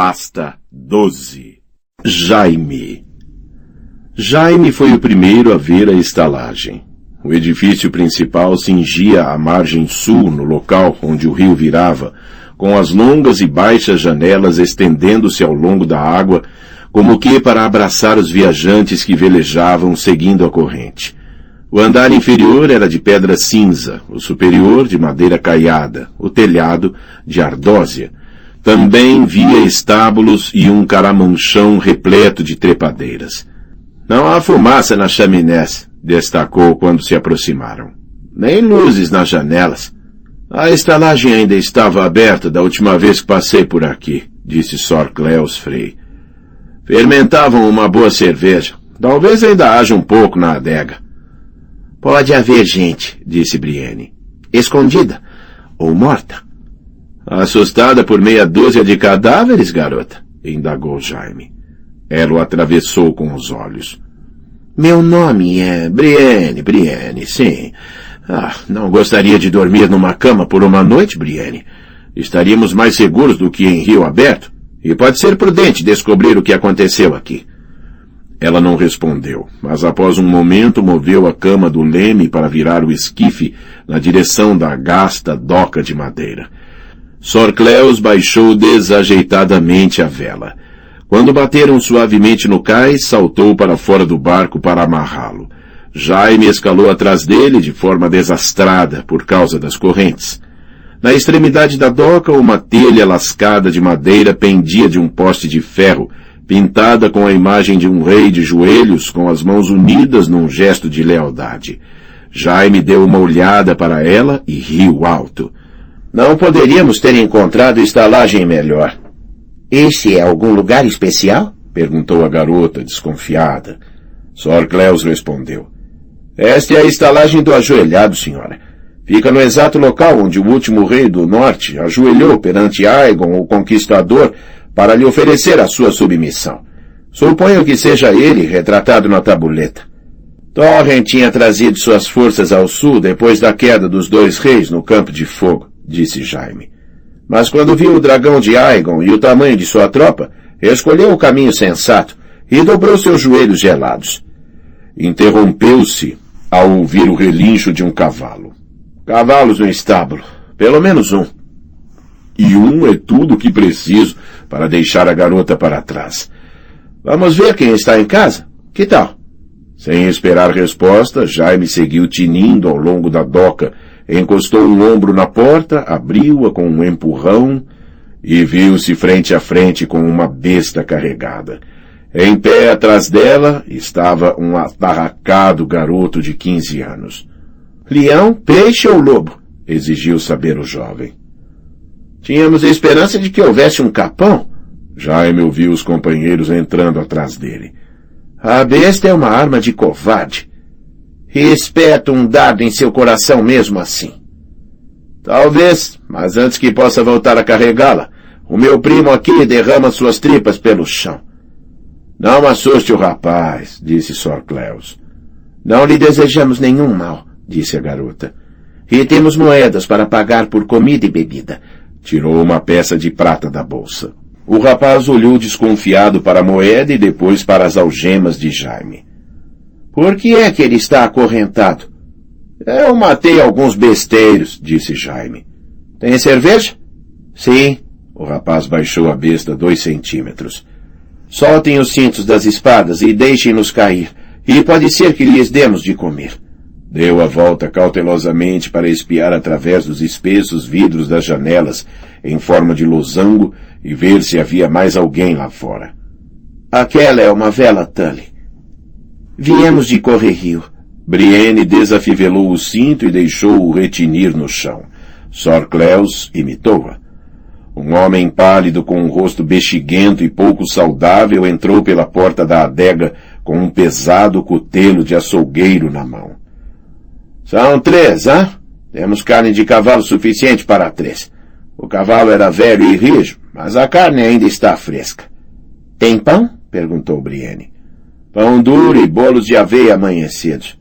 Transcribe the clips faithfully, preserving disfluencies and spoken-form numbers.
Pasta doze. Jaime. Jaime foi o primeiro a ver a estalagem. O edifício principal cingia a margem sul, no local onde o rio virava, com as longas e baixas janelas estendendo-se ao longo da água, como que para abraçar os viajantes que velejavam seguindo a corrente. O andar inferior era de pedra cinza, o superior de madeira caiada, o telhado de ardósia. Também via estábulos e um caramanchão repleto de trepadeiras. Não há fumaça nas chaminés, destacou quando se aproximaram. Nem luzes nas janelas. A estalagem ainda estava aberta da última vez que passei por aqui, disse Sor Cleos Frey. Fermentavam uma boa cerveja. Talvez ainda haja um pouco na adega. Pode haver gente, disse Brienne. Escondida ou morta? Assustada por meia dúzia de cadáveres, garota? Indagou Jaime. Ela o atravessou com os olhos. Meu nome é Brienne, Brienne, sim. Ah, não gostaria de dormir numa cama por uma noite, Brienne. Estaríamos mais seguros do que em rio aberto, e pode ser prudente descobrir o que aconteceu aqui. Ela não respondeu, mas após um momento moveu a cama do leme para virar o esquife na direção da gasta doca de madeira. Sor Cleos baixou desajeitadamente a vela. Quando bateram suavemente no cais, saltou para fora do barco para amarrá-lo. Jaime escalou atrás dele de forma desastrada por causa das correntes. Na extremidade da doca, uma telha lascada de madeira pendia de um poste de ferro, pintada com a imagem de um rei de joelhos com as mãos unidas num gesto de lealdade. Jaime deu uma olhada para ela e riu alto. Não poderíamos ter encontrado estalagem melhor. Esse é algum lugar especial? Perguntou a garota, desconfiada. Sor Cleos respondeu. Esta é a estalagem do ajoelhado, senhora. Fica no exato local onde o último rei do norte ajoelhou perante Aegon, o Conquistador, para lhe oferecer a sua submissão. Suponho que seja ele retratado na tabuleta. Torren tinha trazido suas forças ao sul depois da queda dos dois reis no Campo de Fogo, disse Jaime. Mas quando viu o dragão de Aegon e o tamanho de sua tropa, escolheu o caminho sensato e dobrou seus joelhos gelados. Interrompeu-se ao ouvir o relincho de um cavalo. Cavalos no estábulo, pelo menos um. E um é tudo o que preciso para deixar a garota para trás. Vamos ver quem está em casa? Que tal? Sem esperar resposta, Jaime seguiu tinindo ao longo da doca, encostou um ombro na porta, abriu-a com um empurrão e viu-se frente a frente com uma besta carregada. Em pé atrás dela estava um atarracado garoto de quinze anos. Leão, peixe ou lobo? Exigiu saber o jovem. Tínhamos a esperança de que houvesse um capão. Jaime ouviu os companheiros entrando atrás dele. A besta é uma arma de covarde. Espeta um dardo em seu coração mesmo assim. Talvez, mas antes que possa voltar a carregá-la, o meu primo aqui derrama suas tripas pelo chão. Não assuste o rapaz, disse Sor Cleos. Não lhe desejamos nenhum mal, disse a garota. E temos moedas para pagar por comida e bebida. Tirou uma peça de prata da bolsa. O rapaz olhou desconfiado para a moeda e depois para as algemas de Jaime. Por que é que ele está acorrentado? Eu matei alguns besteiros, disse Jaime. Tem cerveja? Sim. O rapaz baixou a besta dois centímetros. Soltem os cintos das espadas e deixem-nos cair, e pode ser que lhes demos de comer. Deu a volta cautelosamente para espiar através dos espessos vidros das janelas, em forma de losango, e ver se havia mais alguém lá fora. Aquela é uma vela, Tully. Viemos de Correrio. Brienne desafivelou o cinto e deixou-o retinir no chão. Sor Cleos imitou-a. Um homem pálido com um rosto bexiguento e pouco saudável entrou pela porta da adega com um pesado cutelo de açougueiro na mão. São três, hã? Temos carne de cavalo suficiente para três. O cavalo era velho e rijo, mas a carne ainda está fresca. Tem pão? Perguntou Brienne. Pão duro e bolos de aveia amanhecidos.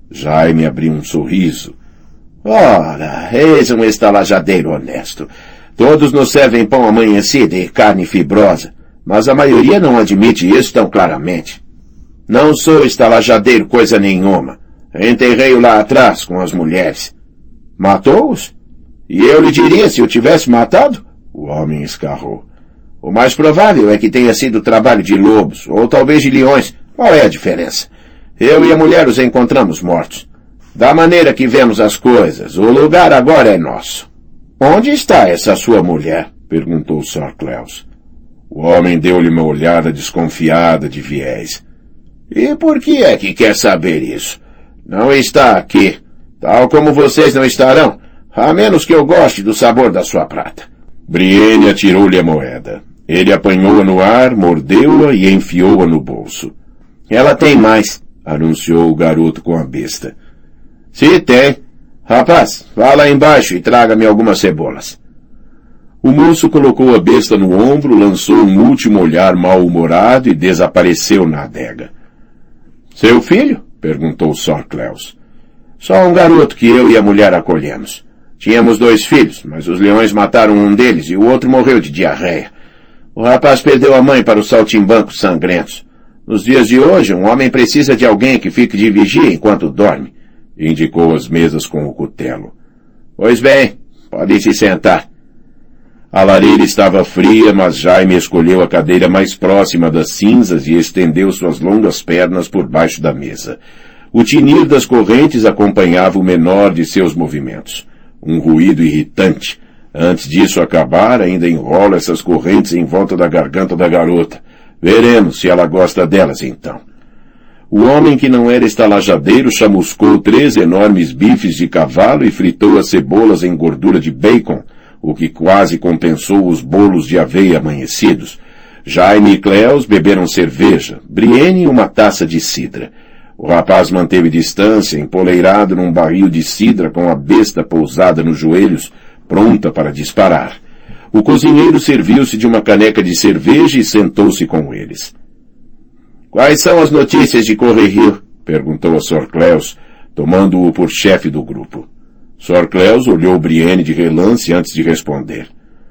Jaime abriu um sorriso. Ora, eis um estalajadeiro honesto. Todos nos servem pão amanhecido e carne fibrosa, mas a maioria não admite isso tão claramente. Não sou estalajadeiro coisa nenhuma. Enterrei-o lá atrás com as mulheres. Matou-os? E eu lhe diria se o tivesse matado? O homem escarrou. O mais provável é que tenha sido trabalho de lobos, ou talvez de leões. Qual é a diferença? Eu e a mulher os encontramos mortos. Da maneira que vemos as coisas, o lugar agora é nosso. Onde está essa sua mulher? Perguntou Sir Cleos. O homem deu-lhe uma olhada desconfiada de viés. E por que é que quer saber isso? Não está aqui, tal como vocês não estarão, a menos que eu goste do sabor da sua prata. Brienne atirou-lhe a moeda. Ele apanhou-a no ar, mordeu-a e enfiou-a no bolso. Ela tem mais, anunciou o garoto com a besta. Se tem. Rapaz, vá lá embaixo e traga-me algumas cebolas. O moço colocou a besta no ombro, lançou um último olhar mal-humorado e desapareceu na adega. Seu filho? Perguntou Sir Cleos. Só um garoto que eu e a mulher acolhemos. Tínhamos dois filhos, mas os leões mataram um deles e o outro morreu de diarreia. O rapaz perdeu a mãe para os saltimbancos sangrentos. Nos dias de hoje, um homem precisa de alguém que fique de vigia enquanto dorme. Indicou as mesas com o cutelo. Pois bem, pode se sentar. A lareira estava fria, mas Jaime escolheu a cadeira mais próxima das cinzas e estendeu suas longas pernas por baixo da mesa. O tinir das correntes acompanhava o menor de seus movimentos. Um ruído irritante. Antes disso acabar, ainda enrola essas correntes em volta da garganta da garota. Veremos se ela gosta delas então. O homem que não era estalajadeiro chamuscou três enormes bifes de cavalo e fritou as cebolas em gordura de bacon, o que quase compensou os bolos de aveia amanhecidos. Jaime e Cleos beberam cerveja, Brienne uma taça de cidra. O rapaz manteve distância, empoleirado num barril de cidra com a besta pousada nos joelhos, pronta para disparar. O cozinheiro serviu-se de uma caneca de cerveja e sentou-se com eles. Quais são as notícias de Correrio? Perguntou a Sir Cleos, tomando-o por chefe do grupo. Sir Cleos olhou Brienne de relance antes de responder.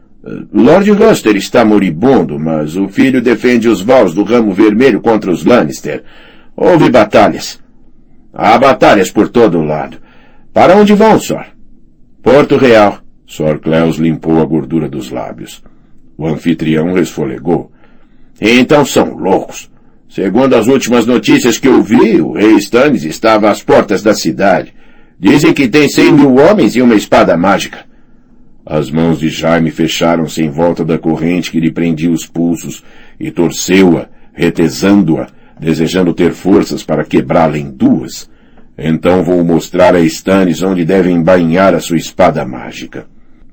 Lord Roster está moribundo, mas o filho defende os Vals do Ramo Vermelho contra os Lannister. Houve batalhas. Há batalhas por todo o lado. Para onde vão, Sir? Porto Real. Sir Cleos limpou a gordura dos lábios. O anfitrião resfolegou. Então são loucos. Segundo as últimas notícias que eu vi, o rei Stannis estava às portas da cidade. Dizem que tem cem mil homens e uma espada mágica. As mãos de Jaime fecharam-se em volta da corrente que lhe prendia os pulsos e torceu-a, retesando-a, desejando ter forças para quebrá-la em duas. Então vou mostrar a Stannis onde deve embainhar a sua espada mágica.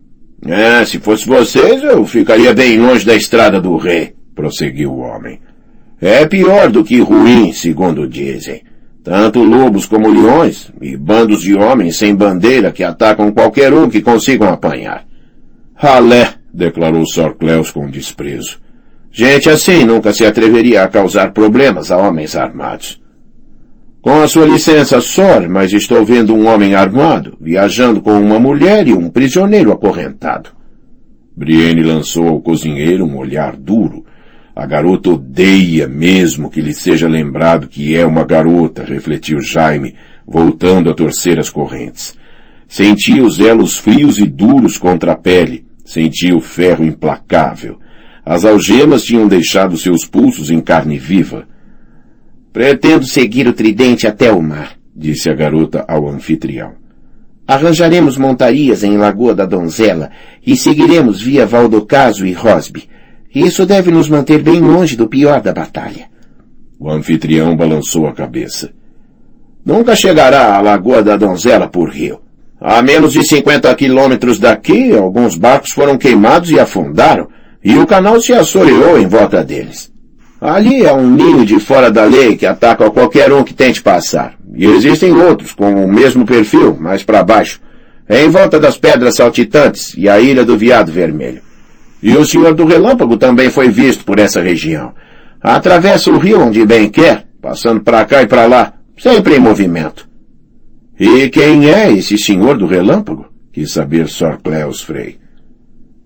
Ah, se fosse vocês, eu ficaria bem longe da estrada do rei, prosseguiu o homem. É pior do que ruim, segundo dizem. Tanto lobos como leões, e bandos de homens sem bandeira que atacam qualquer um que consigam apanhar. Ralé, declarou Sir Cleos com desprezo. Gente assim nunca se atreveria a causar problemas a homens armados. Com a sua licença, Sir, mas estou vendo um homem armado, viajando com uma mulher e um prisioneiro acorrentado. Brienne lançou ao cozinheiro um olhar duro. A garota odeia mesmo que lhe seja lembrado que é uma garota, refletiu Jaime, voltando a torcer as correntes. Sentia os elos frios e duros contra a pele, sentia o ferro implacável. As algemas tinham deixado seus pulsos em carne viva. Pretendo seguir o tridente até o mar, disse a garota ao anfitrião. Arranjaremos montarias em Lagoa da Donzela e seguiremos via Valdocaso e Rosby. Isso deve nos manter bem longe do pior da batalha. O anfitrião balançou a cabeça. Nunca chegará à Lagoa da Donzela por rio. A menos de cinquenta quilômetros daqui, alguns barcos foram queimados e afundaram, e o canal se assoreou em volta deles. Ali é um ninho de fora da lei que ataca qualquer um que tente passar. E existem outros com o mesmo perfil, mais para baixo, em volta das Pedras Saltitantes e a Ilha do Veado Vermelho. E o Senhor do Relâmpago também foi visto por essa região. Atravessa o rio onde bem quer, passando para cá e para lá, sempre em movimento. E quem é esse Senhor do Relâmpago? Quis saber Sir Cleos Frey.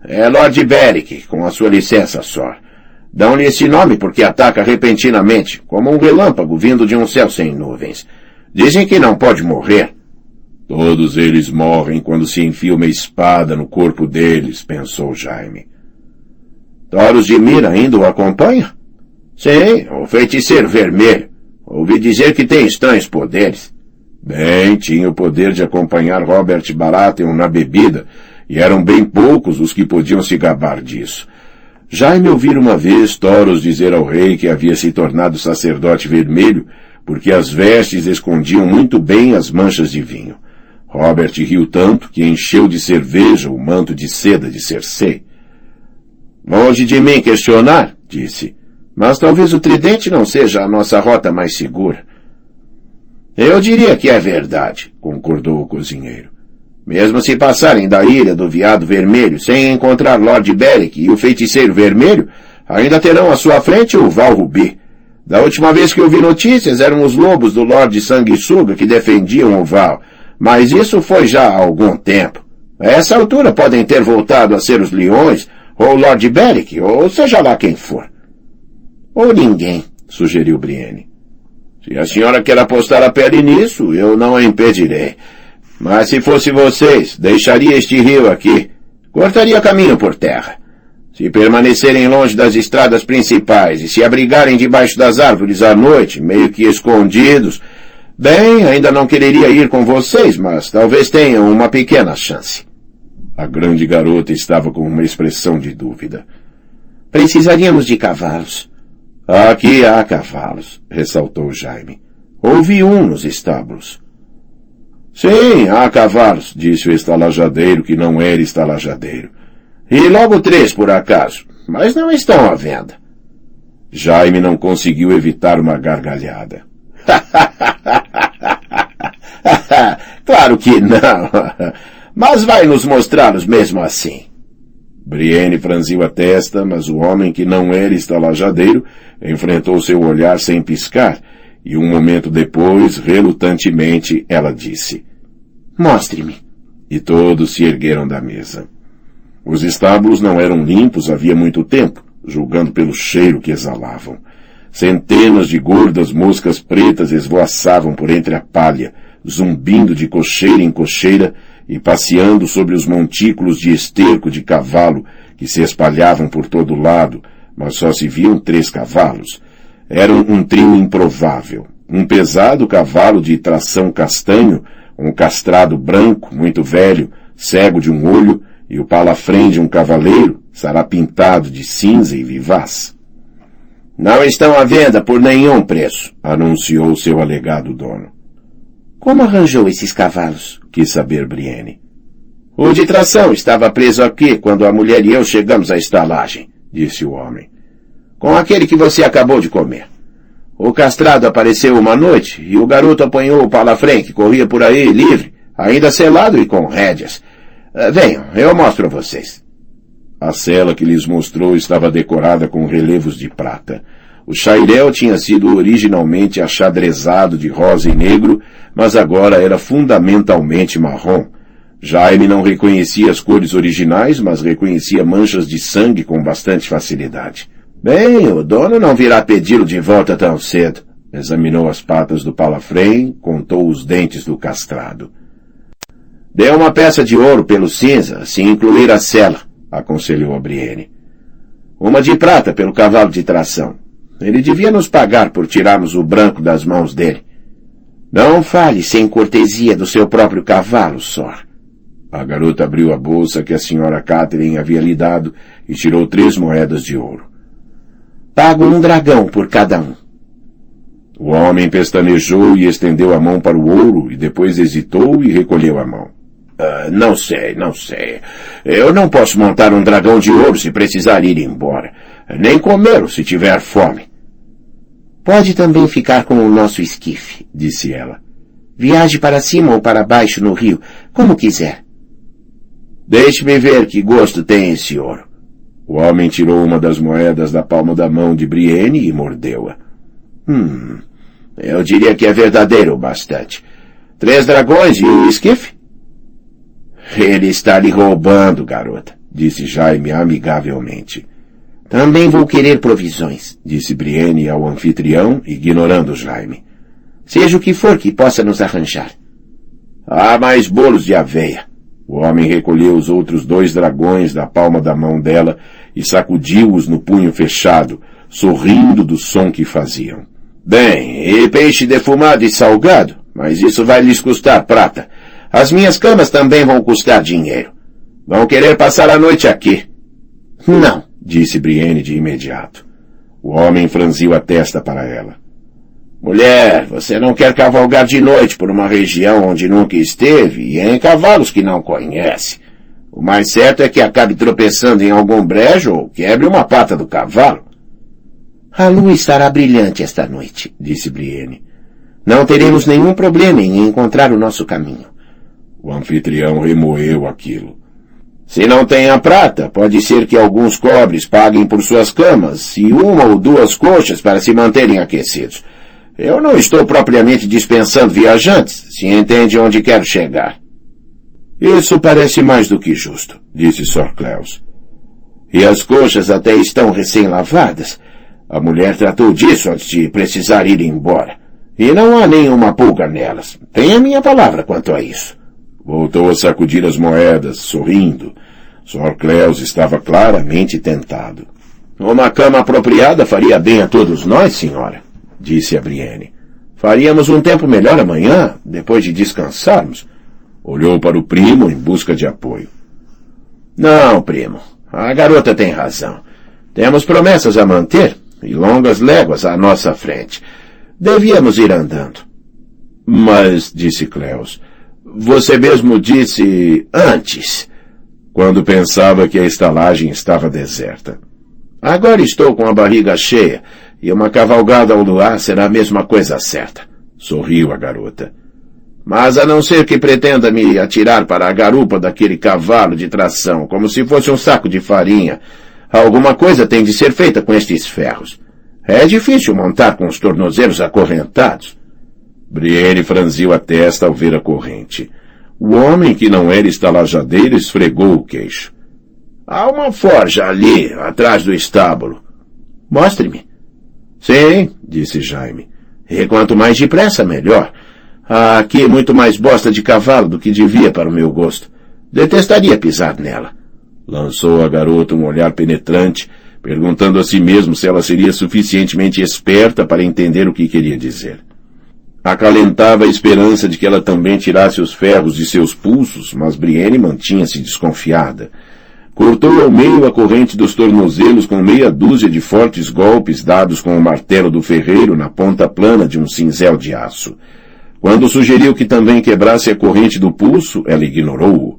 É Lord Beric, com a sua licença, Sor. Dão-lhe esse nome porque ataca repentinamente, como um relâmpago vindo de um céu sem nuvens. Dizem que não pode morrer. Todos eles morrem quando se enfia uma espada no corpo deles, pensou Jaime. Thoros de Myr ainda o acompanha? Sim, o feiticeiro vermelho. Ouvi dizer que tem estranhos poderes. Bem, tinha o poder de acompanhar Robert Baratheon na bebida, e eram bem poucos os que podiam se gabar disso. Jaime ouvira uma vez Thoros dizer ao rei que havia se tornado sacerdote vermelho, porque as vestes escondiam muito bem as manchas de vinho. Robert riu tanto que encheu de cerveja o manto de seda de Cersei. Longe de mim questionar, disse, mas talvez o tridente não seja a nossa rota mais segura. Eu diria que é verdade, concordou o cozinheiro. Mesmo se passarem da ilha do Veado Vermelho sem encontrar Lord Beric e o feiticeiro vermelho, ainda terão à sua frente o Val Rubi. Da última vez que eu vi notícias eram os lobos do Lord Sanguessuga que defendiam o Val, mas isso foi já há algum tempo. A essa altura podem ter voltado a ser os leões, ou Lord Beric, ou seja lá quem for. Ou ninguém, sugeriu Brienne. Se a senhora quer apostar a pele nisso, eu não a impedirei. Mas se fosse vocês, deixaria este rio aqui. Cortaria caminho por terra. Se permanecerem longe das estradas principais e se abrigarem debaixo das árvores à noite, meio que escondidos, bem, ainda não quereria ir com vocês, mas talvez tenham uma pequena chance. A grande garota estava com uma expressão de dúvida. Precisaríamos de cavalos. Aqui há cavalos, ressaltou Jaime. Ouvi um nos estábulos. Sim, há cavalos, disse o estalajadeiro que não era estalajadeiro. E logo três por acaso, mas não estão à venda. Jaime não conseguiu evitar uma gargalhada. Claro que não, mas vai nos mostrá-los mesmo assim. Brienne franziu a testa, mas o homem que não era estalajadeiro enfrentou seu olhar sem piscar, e um momento depois, relutantemente, ela disse, mostre-me. E todos se ergueram da mesa. Os estábulos não eram limpos havia muito tempo, julgando pelo cheiro que exalavam. Centenas de gordas moscas pretas esvoaçavam por entre a palha, zumbindo de cocheira em cocheira e passeando sobre os montículos de esterco de cavalo que se espalhavam por todo lado, mas só se viam três cavalos. Eram um trio improvável. Um pesado cavalo de tração castanho, um castrado branco, muito velho, cego de um olho, e o palafrém de um cavaleiro, sarapintado de cinza e vivaz. Não estão à venda por nenhum preço, anunciou seu alegado dono. Como arranjou esses cavalos? Quis saber Brienne. O de tração estava preso aqui quando a mulher e eu chegamos à estalagem, disse o homem. Com aquele que você acabou de comer. O castrado apareceu uma noite e o garoto apanhou o palafrém que corria por aí livre, ainda selado e com rédeas. Venham, eu mostro a vocês. A cela que lhes mostrou estava decorada com relevos de prata. O chairel tinha sido originalmente achadrezado de rosa e negro, mas agora era fundamentalmente marrom. Jaime não reconhecia as cores originais, mas reconhecia manchas de sangue com bastante facilidade. Bem, o dono não virá pedi-lo de volta tão cedo. Examinou as patas do palafrém, contou os dentes do castrado. Dê uma peça de ouro pelo cinza, se incluir a sela, aconselhou a Brienne. Uma de prata pelo cavalo de tração. Ele devia nos pagar por tirarmos o branco das mãos dele. Não fale sem cortesia do seu próprio cavalo, Sor. A garota abriu a bolsa que a senhora Catelyn havia lhe dado e tirou três moedas de ouro. Pago um dragão por cada um. O homem pestanejou e estendeu a mão para o ouro e depois hesitou e recolheu a mão. Uh, não sei, não sei. Eu não posso montar um dragão de ouro se precisar ir embora. Nem comê-lo se tiver fome. Pode também ficar com o nosso esquife, disse ela. Viaje para cima ou para baixo no rio, como quiser. Deixe-me ver que gosto tem esse ouro. O homem tirou uma das moedas da palma da mão de Brienne e mordeu-a. Hum, eu diria que é verdadeiro o bastante. Três dragões e um esquife? Ele está lhe roubando, garota. disse Jaime amigavelmente. Também vou querer provisões, disse Brienne ao anfitrião, ignorando Jaime. Seja o que for que possa nos arranjar. Há mais bolos de aveia. O homem recolheu os outros dois dragões da palma da mão dela e sacudiu-os no punho fechado, sorrindo do som que faziam. Bem, e peixe defumado e salgado, mas isso vai lhes custar prata. As minhas camas também vão custar dinheiro. Vão querer passar a noite aqui. Não, disse Brienne de imediato. O homem franziu a testa para ela. Mulher, você não quer cavalgar de noite por uma região onde nunca esteve e em cavalos que não conhece. O mais certo é que acabe tropeçando em algum brejo ou quebre uma pata do cavalo. A lua estará brilhante esta noite, disse Brienne. Não teremos nenhum problema em encontrar o nosso caminho. O anfitrião remoeu aquilo. Se não tem a prata, pode ser que alguns cobres paguem por suas camas e uma ou duas coxas para se manterem aquecidos. Eu não estou propriamente dispensando viajantes, se entende onde quero chegar. Isso parece mais do que justo, disse Sor Cleos. E as coxas até estão recém-lavadas. A mulher tratou disso antes de precisar ir embora. E não há nenhuma pulga nelas. Tenha minha palavra quanto a isso. Voltou a sacudir as moedas, sorrindo. Sor Cleos estava claramente tentado. Uma cama apropriada faria bem a todos nós, senhora, disse a Brienne. Faríamos um tempo melhor amanhã, depois de descansarmos. Olhou para o primo em busca de apoio. Não, primo. A garota tem razão. Temos promessas a manter e longas léguas à nossa frente. Devíamos ir andando. Mas, disse Cleos, você mesmo disse antes, quando pensava que a estalagem estava deserta. Agora estou com a barriga cheia e uma cavalgada ao luar será a mesma coisa certa. Sorriu a garota. Mas a não ser que pretenda me atirar para a garupa daquele cavalo de tração, como se fosse um saco de farinha, alguma coisa tem de ser feita com estes ferros. É difícil montar com os tornozelos acorrentados. Brienne franziu a testa ao ver a corrente. O homem, que não era estalajadeiro, esfregou o queixo. Há uma forja ali, atrás do estábulo. Mostre-me. Sim, disse Jaime. E quanto mais depressa, melhor. Há aqui muito mais bosta de cavalo do que devia para o meu gosto. Detestaria pisar nela. Lançou a garota um olhar penetrante, perguntando a si mesmo se ela seria suficientemente esperta para entender o que queria dizer. Acalentava a esperança de que ela também tirasse os ferros de seus pulsos, mas Brienne mantinha-se desconfiada. Cortou ao meio a corrente dos tornozelos com meia dúzia de fortes golpes dados com o martelo do ferreiro na ponta plana de um cinzel de aço. Quando sugeriu que também quebrasse a corrente do pulso, ela ignorou-o.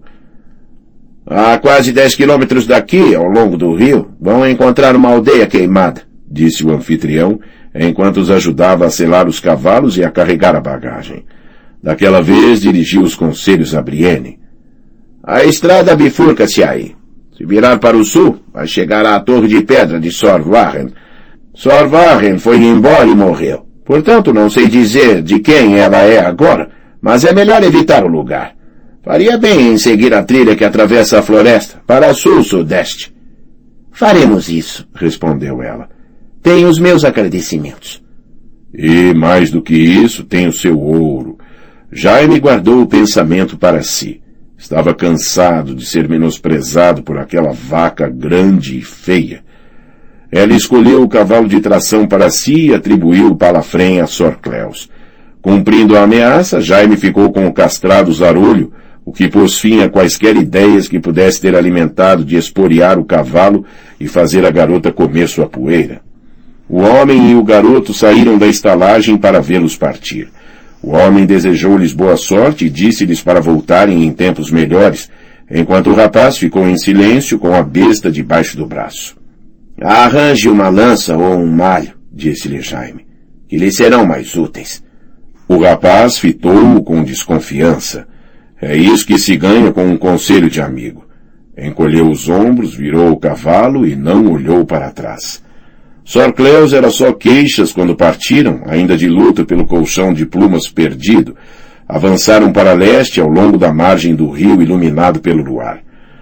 A quase dez quilômetros daqui, ao longo do rio, vão encontrar uma aldeia queimada, disse o anfitrião, enquanto os ajudava a selar os cavalos e a carregar a bagagem. Daquela vez dirigiu os conselhos a Brienne. A estrada bifurca-se aí. Se virar para o sul, vai chegar à torre de pedra de Sor Warren. Sor Warren foi embora e morreu. Portanto, não sei dizer de quem ela é agora, mas é melhor evitar o lugar. Faria bem em seguir a trilha que atravessa a floresta, para sul-sudeste. Faremos isso, respondeu ela. Tenho os meus agradecimentos. E, mais do que isso, tem o seu ouro. Jaime guardou o pensamento para si. Estava cansado de ser menosprezado por aquela vaca grande e feia. Ela escolheu o cavalo de tração para si e atribuiu o palafrém a Sor Cleos. Cumprindo a ameaça, Jaime ficou com o castrado zarolho, o que pôs fim a quaisquer ideias que pudesse ter alimentado de esporear o cavalo e fazer a garota comer sua poeira. O homem e o garoto saíram da estalagem para vê-los partir. O homem desejou-lhes boa sorte e disse-lhes para voltarem em tempos melhores, enquanto o rapaz ficou em silêncio com a besta debaixo do braço. Arranje uma lança ou um malho, disse-lhe Jaime, que lhe serão mais úteis. O rapaz fitou-o com desconfiança. É isso que se ganha com um conselho de amigo. Encolheu os ombros, virou o cavalo e não olhou para trás. Sor Cleos era só queixas quando partiram, ainda de luto pelo colchão de plumas perdido. Avançaram para leste ao longo da margem do rio iluminado pelo luar.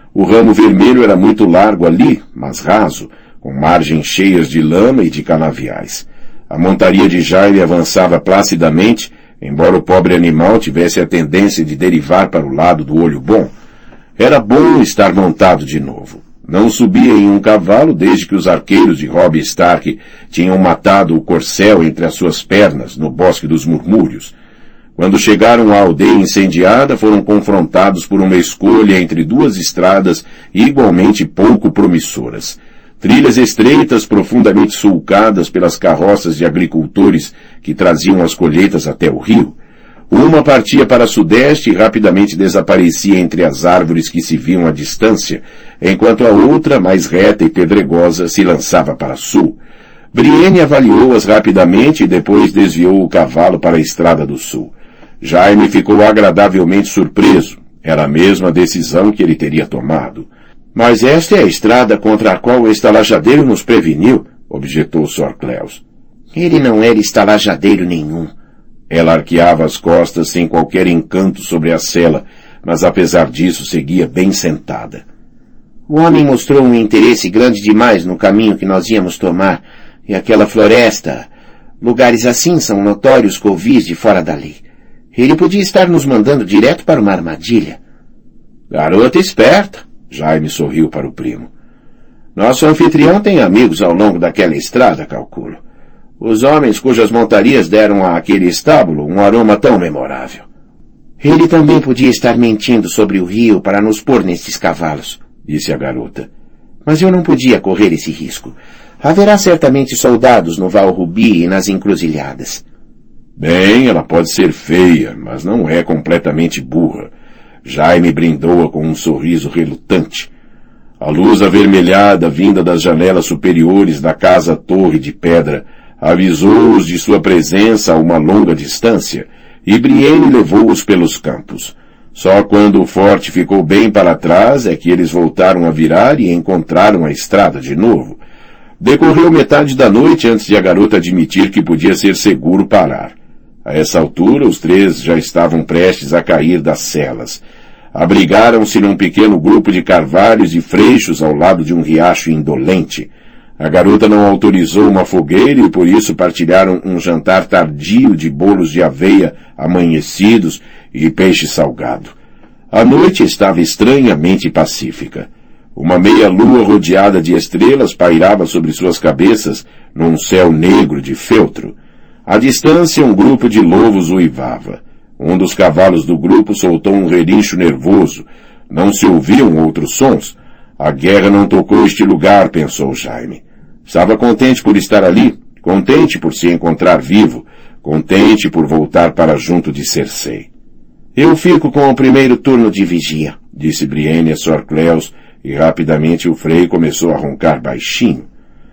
O ramo vermelho era muito largo ali, mas raso, com margens cheias de lama e de canaviais. A montaria de Jaime avançava placidamente, embora o pobre animal tivesse a tendência de derivar para o lado do olho bom. Era bom estar montado de novo. Não subia em um cavalo desde que os arqueiros de Robb Stark tinham matado o corcel entre as suas pernas, no Bosque dos Murmúrios. Quando chegaram à aldeia incendiada, foram confrontados por uma escolha entre duas estradas igualmente pouco promissoras. Trilhas estreitas, profundamente sulcadas pelas carroças de agricultores que traziam as colheitas até o rio. Uma partia para sudeste e rapidamente desaparecia entre as árvores que se viam à distância, enquanto a outra, mais reta e pedregosa, se lançava para sul. Brienne avaliou-as rapidamente e depois desviou o cavalo para a estrada do sul. Jaime ficou agradavelmente surpreso. Era a mesma decisão que ele teria tomado. Mas esta é a estrada contra a qual o estalajadeiro nos preveniu, objetou Sor Cleos. Ele não era estalajadeiro nenhum. Ela arqueava as costas sem qualquer encanto sobre a sela, mas apesar disso seguia bem sentada. O homem mostrou um interesse grande demais no caminho que nós íamos tomar, e aquela floresta. Lugares assim são notórios covis de fora da lei. Ele podia estar nos mandando direto para uma armadilha. Garota esperta, Jaime sorriu para o primo. Nosso anfitrião tem amigos ao longo daquela estrada, calculo. Os homens cujas montarias deram àquele estábulo um aroma tão memorável. Ele também podia estar mentindo sobre o rio para nos pôr nestes cavalos, disse a garota. Mas eu não podia correr esse risco. Haverá certamente soldados no Val Rubi e nas encruzilhadas. Bem, ela pode ser feia, mas não é completamente burra. Jaime brindou-a com um sorriso relutante. A luz avermelhada vinda das janelas superiores da casa-torre de pedra avisou-os de sua presença a uma longa distância, e Brienne levou-os pelos campos. Só quando o forte ficou bem para trás é que eles voltaram a virar e encontraram a estrada de novo. Decorreu metade da noite antes de a garota admitir que podia ser seguro parar. A essa altura, os três já estavam prestes a cair das celas. Abrigaram-se num pequeno grupo de carvalhos e freixos ao lado de um riacho indolente. A garota não autorizou uma fogueira e por isso partilharam um jantar tardio de bolos de aveia amanhecidos e peixe salgado. A noite estava estranhamente pacífica. Uma meia-lua rodeada de estrelas pairava sobre suas cabeças num céu negro de feltro. À distância, um grupo de lobos uivava. Um dos cavalos do grupo soltou um relincho nervoso. Não se ouviam outros sons. A guerra não tocou este lugar, pensou Jaime. Estava contente por estar ali, contente por se encontrar vivo, contente por voltar para junto de Cersei. Eu fico com o primeiro turno de vigia, disse Brienne a Sor Cleos, e rapidamente o Frei começou a roncar baixinho.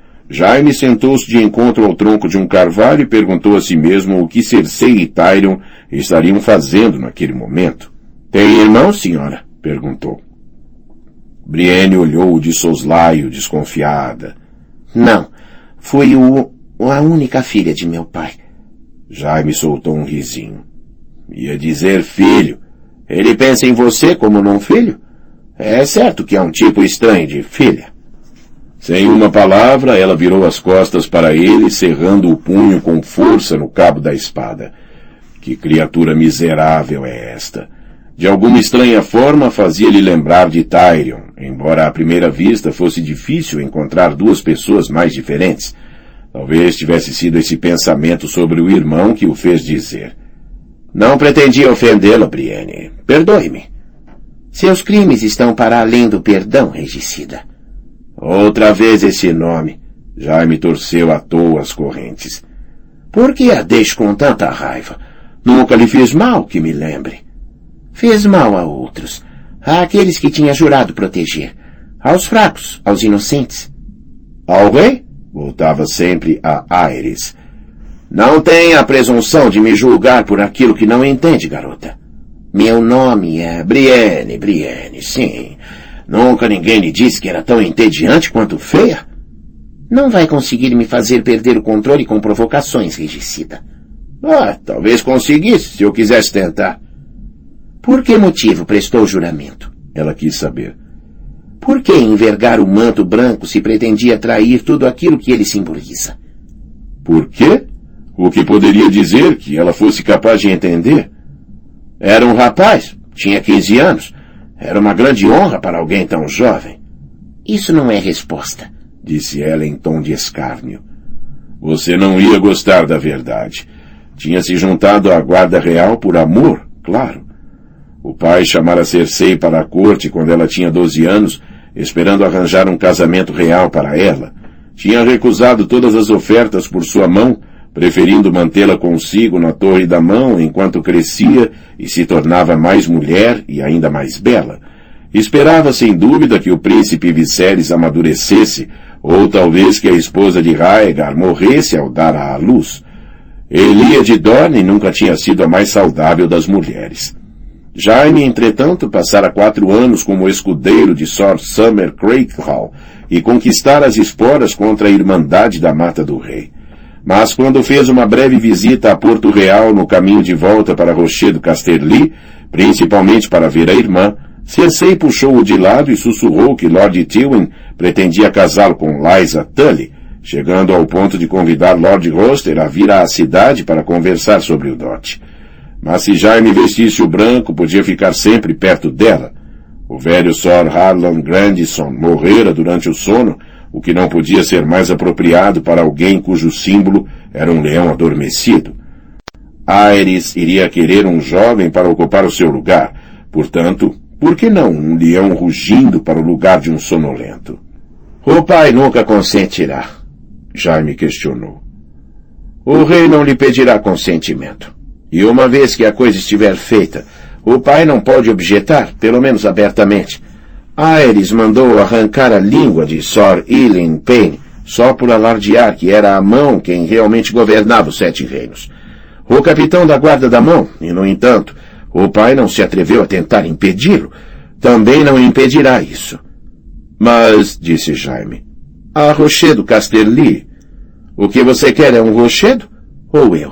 Jaime sentou-se de encontro ao tronco de um carvalho e perguntou a si mesmo o que Cersei e Tyrion estariam fazendo naquele momento. Tem irmão, senhora? Perguntou. Brienne olhou de soslaio, desconfiada. Não, fui o, a única filha de meu pai. Jaime soltou um risinho. Ia dizer filho. Ele pensa em você como num filho? É certo que é um tipo estranho de filha. Sem uma palavra, ela virou as costas para ele, cerrando o punho com força no cabo da espada. Que criatura miserável é esta! De alguma estranha forma fazia-lhe lembrar de Tyrion, embora à primeira vista fosse difícil encontrar duas pessoas mais diferentes. Talvez tivesse sido esse pensamento sobre o irmão que o fez dizer. Não pretendia ofendê-lo, Brienne. Perdoe-me. Seus crimes estão para além do perdão, regicida. Outra vez esse nome. Jaime torceu à toa as correntes. Por que a deixo com tanta raiva? Nunca lhe fiz mal, que me lembre. Fez mal a outros, àqueles que tinha jurado proteger, aos fracos, aos inocentes. Ao rei? Voltava sempre a Aerys. Não tenha a presunção de me julgar por aquilo que não entende, garota. Meu nome é Brienne, Brienne, sim. Nunca ninguém lhe disse que era tão entediante quanto feia. Não vai conseguir me fazer perder o controle com provocações, regicida. Ah, talvez conseguisse, se eu quisesse tentar. Por que motivo prestou juramento? Ela quis saber. Por que envergar o manto branco se pretendia atrair tudo aquilo que ele simboliza? Por quê? O que poderia dizer que ela fosse capaz de entender? Era um rapaz, tinha quinze anos. Era uma grande honra para alguém tão jovem. Isso não é resposta, disse ela em tom de escárnio. Você não ia gostar da verdade. Tinha se juntado à guarda real por amor, claro. O pai chamara Cersei para a corte quando ela tinha doze anos, esperando arranjar um casamento real para ela. Tinha recusado todas as ofertas por sua mão, preferindo mantê-la consigo na Torre da Mão enquanto crescia e se tornava mais mulher e ainda mais bela. Esperava sem dúvida que o príncipe Viserys amadurecesse, ou talvez que a esposa de Rhaegar morresse ao dar à luz. Elia de Dorne nunca tinha sido a mais saudável das mulheres. Jaime, entretanto, passara quatro anos como escudeiro de Sir Summer Craigthall e conquistara as esporas contra a Irmandade da Mata do Rei. Mas quando fez uma breve visita a Porto Real no caminho de volta para Rochedo Casterly, principalmente para ver a irmã, Cersei puxou-o de lado e sussurrou que Lord Tywin pretendia casá-lo com Lysa Tully, chegando ao ponto de convidar Lord Roster a vir à cidade para conversar sobre o dote. Mas se Jaime vestisse o branco, podia ficar sempre perto dela. O velho Sir Harlan Grandison morrera durante o sono, o que não podia ser mais apropriado para alguém cujo símbolo era um leão adormecido. Aerys iria querer um jovem para ocupar o seu lugar, portanto, por que não um leão rugindo para o lugar de um sonolento? O pai nunca consentirá, Jaime questionou. O rei não lhe pedirá consentimento. E uma vez que a coisa estiver feita, o pai não pode objetar, pelo menos abertamente. Aerys mandou arrancar a língua de Sir Ilyn Payne, só por alardear que era a Mão quem realmente governava os Sete Reinos. O capitão da Guarda da Mão, e no entanto, o pai não se atreveu a tentar impedi-lo. Também não impedirá isso. Mas, disse Jaime, a Rochedo Casterly. O que você quer é um rochedo? Ou eu?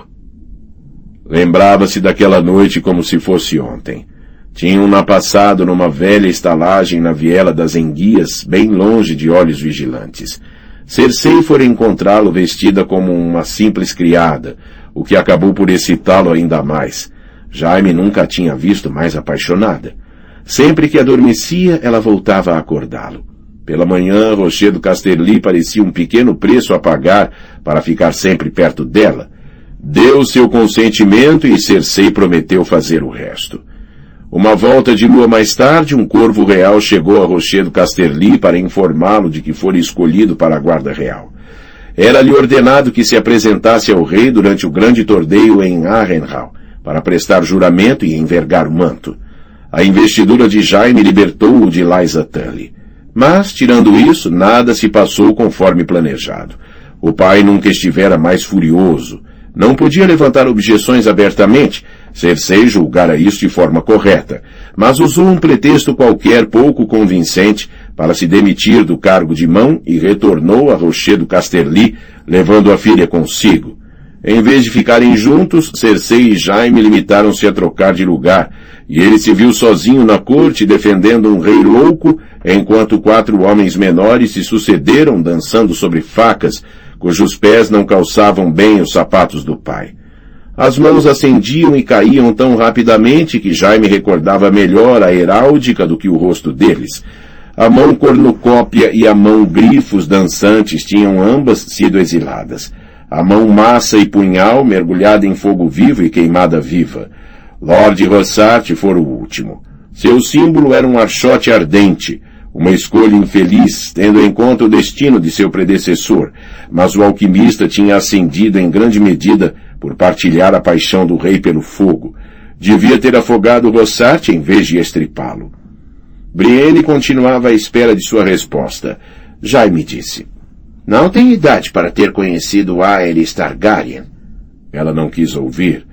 Lembrava-se daquela noite como se fosse ontem. Tinham-na passado numa velha estalagem na viela das Enguias, bem longe de olhos vigilantes. Cersei fora encontrá-lo vestida como uma simples criada, o que acabou por excitá-lo ainda mais. Jaime nunca a tinha visto mais apaixonada. Sempre que adormecia, ela voltava a acordá-lo. Pela manhã, Rochedo Casterly parecia um pequeno preço a pagar para ficar sempre perto dela. Deu seu consentimento e Cersei prometeu fazer o resto. Uma volta de lua mais tarde, um corvo real chegou a Rochedo Casterly para informá-lo de que fora escolhido para a guarda real. Era-lhe ordenado que se apresentasse ao rei durante o grande torneio em Harrenhal, para prestar juramento e envergar o manto. A investidura de Jaime libertou-o de Lysa Tully. Mas, tirando isso, nada se passou conforme planejado. O pai nunca estivera mais furioso. Não podia levantar objeções abertamente. Cersei julgara isso de forma correta, mas usou um pretexto qualquer pouco convincente para se demitir do cargo de Mão e retornou a Rochedo Casterly, levando a filha consigo. Em vez de ficarem juntos, Cersei e Jaime limitaram-se a trocar de lugar, e ele se viu sozinho na corte defendendo um rei louco, enquanto quatro homens menores se sucederam dançando sobre facas, cujos pés não calçavam bem os sapatos do pai. As mãos acendiam e caíam tão rapidamente que Jaime recordava melhor a heráldica do que o rosto deles. A mão cornucópia e a mão grifos dançantes tinham ambas sido exiladas. A mão massa e punhal mergulhada em fogo vivo e queimada viva. Lord Rossart fora o último. Seu símbolo era um archote ardente, uma escolha infeliz, tendo em conta o destino de seu predecessor, mas o alquimista tinha ascendido em grande medida por partilhar a paixão do rei pelo fogo. Devia ter afogado Rossart em vez de estripá-lo. Brienne continuava à espera de sua resposta. Jaime disse, não tem idade para ter conhecido Aerys Targaryen. Ela não quis ouvir.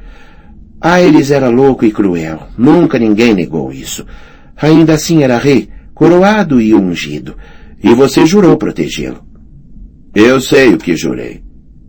Aerys era louco e cruel. Nunca ninguém negou isso. Ainda assim era rei, coroado e ungido. E você jurou protegê-lo. Eu sei o que jurei.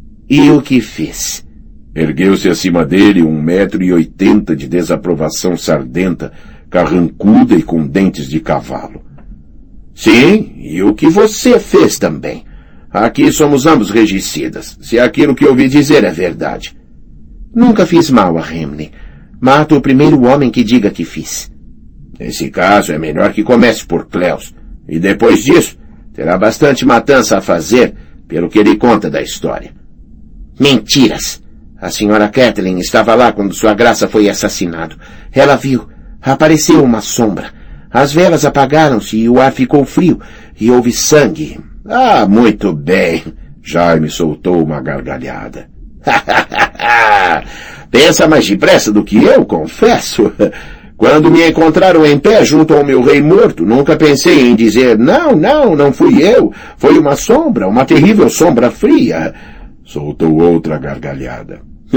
E o que fiz? Ergueu-se acima dele um metro e oitenta de desaprovação sardenta, carrancuda e com dentes de cavalo. Sim, e o que você fez também. Aqui somos ambos regicidas, se aquilo que ouvi dizer é verdade. Nunca fiz mal a Remne. Mato o primeiro homem que diga que fiz. Nesse caso, é melhor que comece por Cleus. E depois disso, terá bastante matança a fazer, pelo que ele conta da história. Mentiras! A senhora Kathleen estava lá quando sua graça foi assassinado. Ela viu. Apareceu uma sombra. As velas apagaram-se e o ar ficou frio. E houve sangue. Ah, muito bem. Jaime soltou uma gargalhada. Pensa mais depressa do que eu, confesso. Quando me encontraram em pé junto ao meu rei morto, nunca pensei em dizer, não, não, não fui eu. Foi uma sombra, uma terrível sombra fria. Soltou outra gargalhada.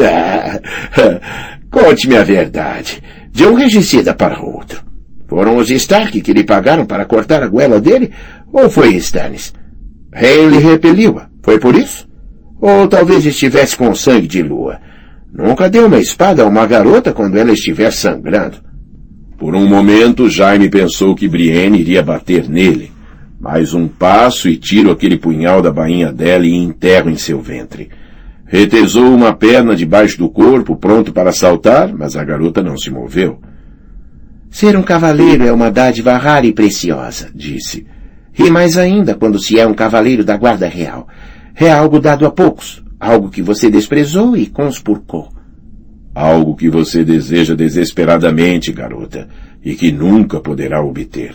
Conte-me a verdade. De um regicida para outro. Foram os Stark que lhe pagaram para cortar a goela dele? Ou foi Stannis? Rei repeliu-a. Foi por isso? Ou talvez estivesse com sangue de lua. Nunca deu uma espada a uma garota quando ela estiver sangrando. Por um momento, Jaime pensou que Brienne iria bater nele. Mais um passo e tiro aquele punhal da bainha dela e enterro em seu ventre. Retesou uma perna debaixo do corpo, pronto para saltar, mas a garota não se moveu. Ser um cavaleiro é uma dádiva rara e preciosa, disse. E mais ainda quando se é um cavaleiro da guarda real. É algo dado a poucos, algo que você desprezou e conspurcou. Algo que você deseja desesperadamente, garota, e que nunca poderá obter.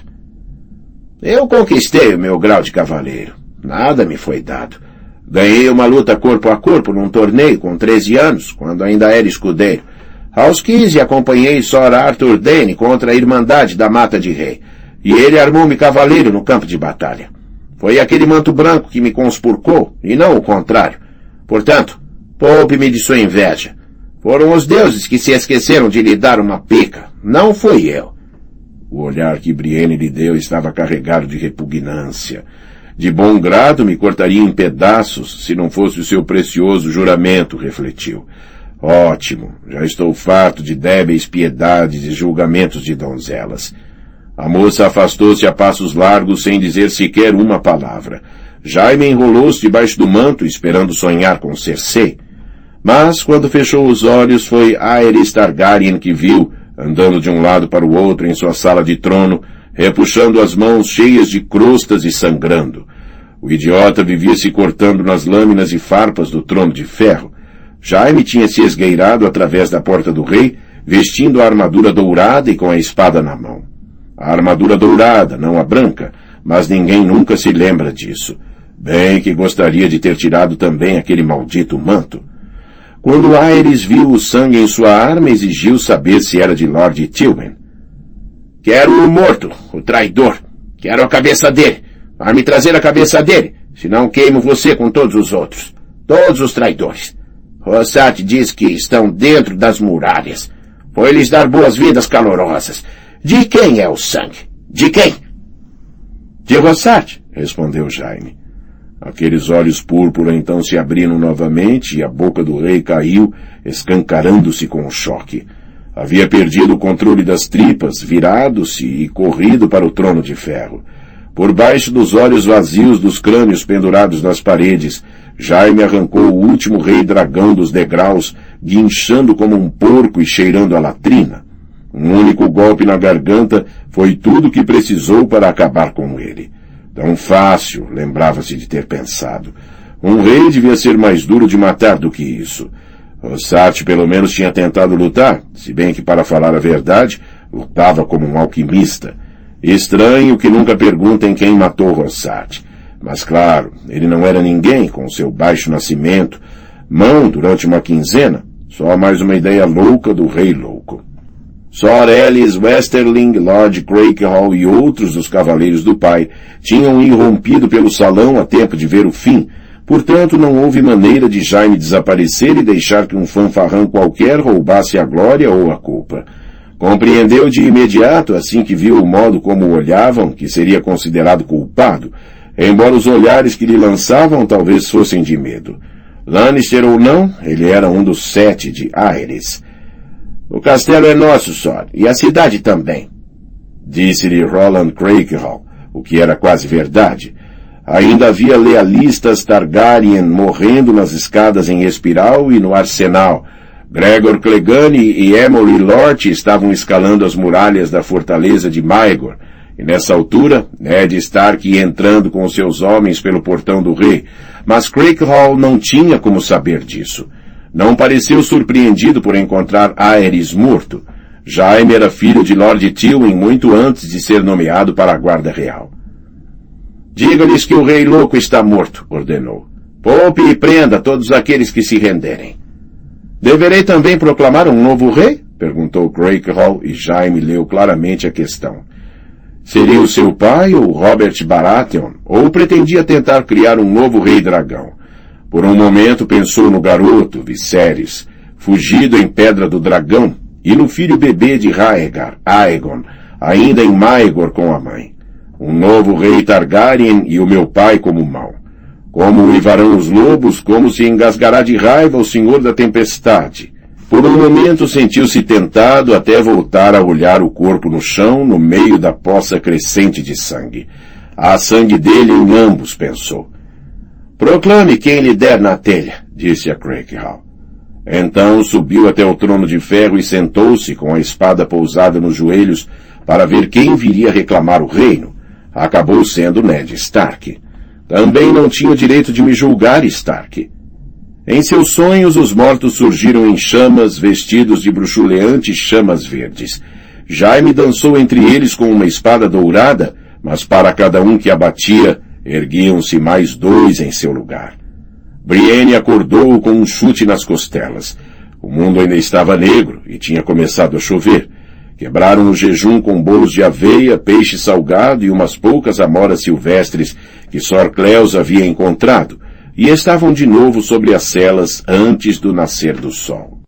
Eu conquistei o meu grau de cavaleiro. Nada me foi dado. Ganhei uma luta corpo a corpo num torneio com treze anos, quando ainda era escudeiro. Aos quinze acompanhei Sir Arthur Dayne contra a Irmandade da Mata de Rei, e ele armou-me cavaleiro no campo de batalha. Foi aquele manto branco que me conspurcou, e não o contrário. Portanto, poupe-me de sua inveja. Foram os deuses que se esqueceram de lhe dar uma pica. Não fui eu. O olhar que Brienne lhe deu estava carregado de repugnância. De bom grado me cortaria em pedaços se não fosse o seu precioso juramento, refletiu. Ótimo, já estou farto de débeis piedades e julgamentos de donzelas. A moça afastou-se a passos largos sem dizer sequer uma palavra. Jaime enrolou-se debaixo do manto, esperando sonhar com Cersei. Mas, quando fechou os olhos, foi Aerys Targaryen que viu, andando de um lado para o outro em sua sala de trono, repuxando as mãos cheias de crostas e sangrando. O idiota vivia se cortando nas lâminas e farpas do trono de ferro. Jaime tinha se esgueirado através da porta do rei, vestindo a armadura dourada e com a espada na mão. A armadura dourada, não a branca, mas ninguém nunca se lembra disso. Bem que gostaria de ter tirado também aquele maldito manto. Quando Aerys viu o sangue em sua arma, exigiu saber se era de Lord Tywin. Quero o morto, o traidor. Quero a cabeça dele. Vai me trazer a cabeça dele, senão queimo você com todos os outros. Todos os traidores. Rossart diz que estão dentro das muralhas. Foi lhes dar boas-vindas calorosas. De quem é o sangue? De quem? De Rossart, respondeu Jaime. Aqueles olhos púrpura então se abriram novamente e a boca do rei caiu, escancarando-se com o choque. Havia perdido o controle das tripas, virado-se e corrido para o trono de ferro. Por baixo dos olhos vazios dos crânios pendurados nas paredes, Jaime arrancou o último rei dragão dos degraus, guinchando como um porco e cheirando a latrina. Um único golpe na garganta foi tudo o que precisou para acabar com ele. Tão fácil, lembrava-se de ter pensado. Um rei devia ser mais duro de matar do que isso. Rossart pelo menos tinha tentado lutar, se bem que, para falar a verdade, lutava como um alquimista. Estranho que nunca perguntem quem matou Rossart. Mas claro, ele não era ninguém com seu baixo nascimento. Mão durante uma quinzena, só mais uma ideia louca do rei louco. Sir Ellis Westerling, Lord Crakehall e outros dos cavaleiros do pai tinham irrompido pelo salão a tempo de ver o fim, portanto não houve maneira de Jaime desaparecer e deixar que um fanfarrão qualquer roubasse a glória ou a culpa. Compreendeu de imediato, assim que viu o modo como o olhavam, que seria considerado culpado, embora os olhares que lhe lançavam talvez fossem de medo. Lannister ou não, ele era um dos sete de Aerys. O castelo é nosso, Sor, e a cidade também, disse-lhe Roland Crakehall, o que era quase verdade. Ainda havia lealistas Targaryen morrendo nas escadas em espiral e no arsenal. Gregor Clegane e Aemily Lort estavam escalando as muralhas da fortaleza de Maegor, e nessa altura, Ned Stark ia entrando com seus homens pelo portão do rei, mas Craighall não tinha como saber disso. Não pareceu surpreendido por encontrar Aerys morto. Jaime era filho de Lord Tywin muito antes de ser nomeado para a Guarda Real. Diga-lhes que o Rei Louco está morto, ordenou. Poupe e prenda todos aqueles que se renderem. Deverei também proclamar um novo rei? Perguntou Craighall e Jaime leu claramente a questão. Seria o seu pai ou Robert Baratheon, ou pretendia tentar criar um novo rei dragão? Por um momento pensou no garoto, Viserys, fugido em Pedra do Dragão, e no filho bebê de Rhaegar, Aegon, ainda em Maegor com a mãe. Um novo rei Targaryen e o meu pai como mão. Como uivarão os lobos, como se engasgará de raiva o Senhor da Tempestade. Por um momento sentiu-se tentado até voltar a olhar o corpo no chão, no meio da poça crescente de sangue. Há sangue dele em ambos, pensou. Proclame quem lhe der na telha, disse a Craighall. Então subiu até o trono de ferro e sentou-se com a espada pousada nos joelhos para ver quem viria reclamar o reino. Acabou sendo Ned Stark. Também não tinha direito de me julgar, Stark. Em seus sonhos, os mortos surgiram em chamas, vestidos de bruxuleantes chamas verdes. Jaime dançou entre eles com uma espada dourada, mas para cada um que a batia, erguiam-se mais dois em seu lugar. Brienne acordou com um chute nas costelas. O mundo ainda estava negro e tinha começado a chover. Quebraram o jejum com bolos de aveia, peixe salgado e umas poucas amoras silvestres que Sor Cleos havia encontrado, e estavam de novo sobre as celas antes do nascer do sol.